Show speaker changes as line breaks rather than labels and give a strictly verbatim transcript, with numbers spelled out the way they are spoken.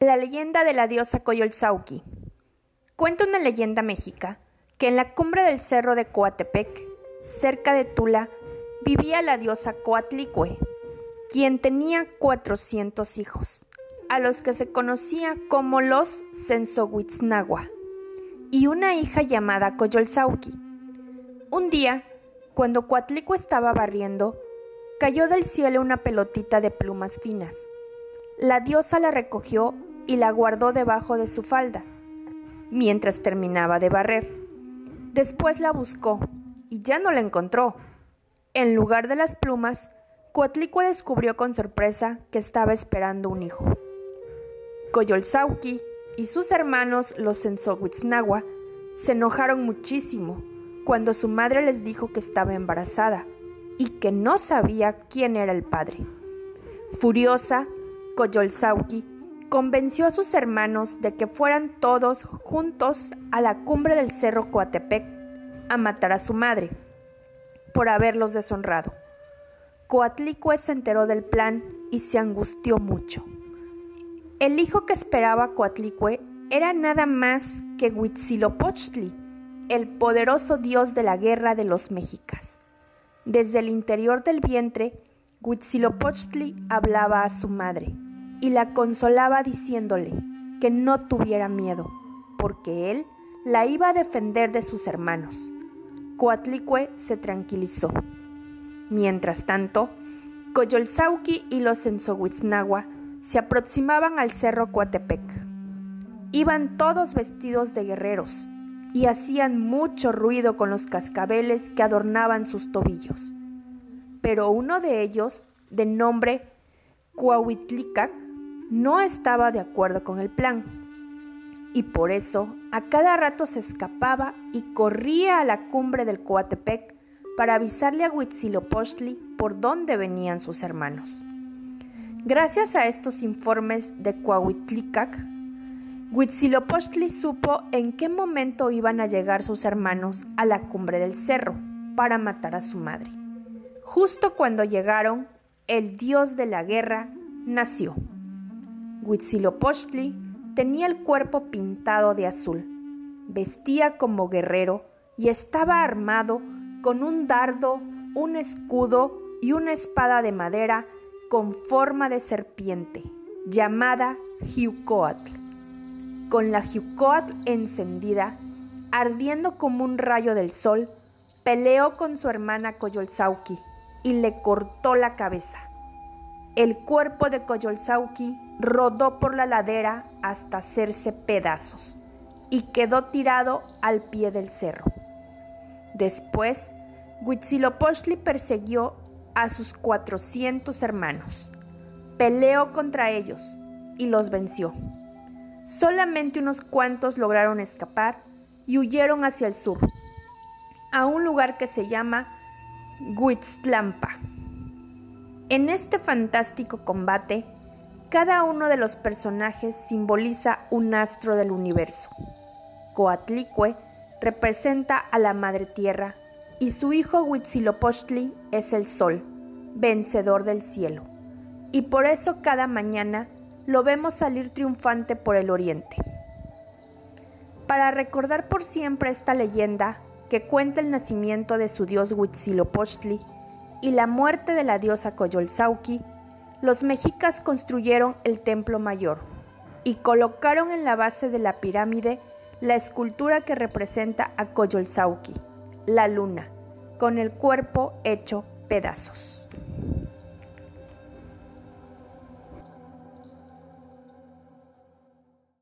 La leyenda de la diosa Coyolxauhqui. Cuenta una leyenda mexica que en la cumbre del cerro de Coatepec, cerca de Tula, vivía la diosa Coatlicue, quien tenía cuatrocientos hijos, a los que se conocía como los Censohuitznagua, y una hija llamada Coyolxauhqui. Un día, cuando Coatlicue estaba barriendo, cayó del cielo una pelotita de plumas finas. La diosa la recogió y la guardó debajo de su falda, mientras terminaba de barrer. Después la buscó y ya no la encontró. En lugar de las plumas, Coatlicue descubrió con sorpresa que estaba esperando un hijo. Coyolxauhqui y sus hermanos, los Censohuitznagua, se enojaron muchísimo cuando su madre les dijo que estaba embarazada y que no sabía quién era el padre. Furiosa, Coyolxauhqui convenció a sus hermanos de que fueran todos juntos a la cumbre del cerro Coatepec a matar a su madre por haberlos deshonrado. Coatlicue se enteró del plan y se angustió mucho. El hijo que esperaba Coatlicue era nada más que Huitzilopochtli, el poderoso dios de la guerra de los mexicas. Desde el interior del vientre, Huitzilopochtli hablaba a su madre y la consolaba diciéndole que no tuviera miedo, porque él la iba a defender de sus hermanos. Coatlicue se tranquilizó. Mientras tanto, Coyolxauhqui y los Censohuitznagua se aproximaban al cerro Coatepec. Iban todos vestidos de guerreros y hacían mucho ruido con los cascabeles que adornaban sus tobillos. Pero uno de ellos, de nombre Cuauhitlicac, no estaba de acuerdo con el plan, y por eso a cada rato se escapaba y corría a la cumbre del Coatepec para avisarle a Huitzilopochtli por dónde venían sus hermanos. Gracias a estos informes de Cuauhitlicac, Huitzilopochtli supo en qué momento iban a llegar sus hermanos a la cumbre del cerro para matar a su madre. Justo cuando llegaron, el dios de la guerra nació. Huitzilopochtli tenía el cuerpo pintado de azul, vestía como guerrero y estaba armado con un dardo, un escudo y una espada de madera con forma de serpiente, llamada Xiuhcoatl. Con la Xiuhcoatl encendida, ardiendo como un rayo del sol, peleó con su hermana Coyolxauhqui y le cortó la cabeza. El cuerpo de Coyolxauhqui rodó por la ladera hasta hacerse pedazos y quedó tirado al pie del cerro. Después, Huitzilopochtli persiguió a sus cuatrocientos hermanos. Peleó contra ellos y los venció. Solamente unos cuantos lograron escapar y huyeron hacia el sur, a un lugar que se llama Huitztlampa. En este fantástico combate, cada uno de los personajes simboliza un astro del universo. Coatlicue representa a la Madre Tierra y su hijo Huitzilopochtli es el Sol, vencedor del cielo. Y por eso cada mañana lo vemos salir triunfante por el oriente. Para recordar por siempre esta leyenda que cuenta el nacimiento de su dios Huitzilopochtli y la muerte de la diosa Coyolxauhqui, los mexicas construyeron el templo mayor y colocaron en la base de la pirámide la escultura que representa a Coyolxauhqui, la luna, con el cuerpo hecho pedazos.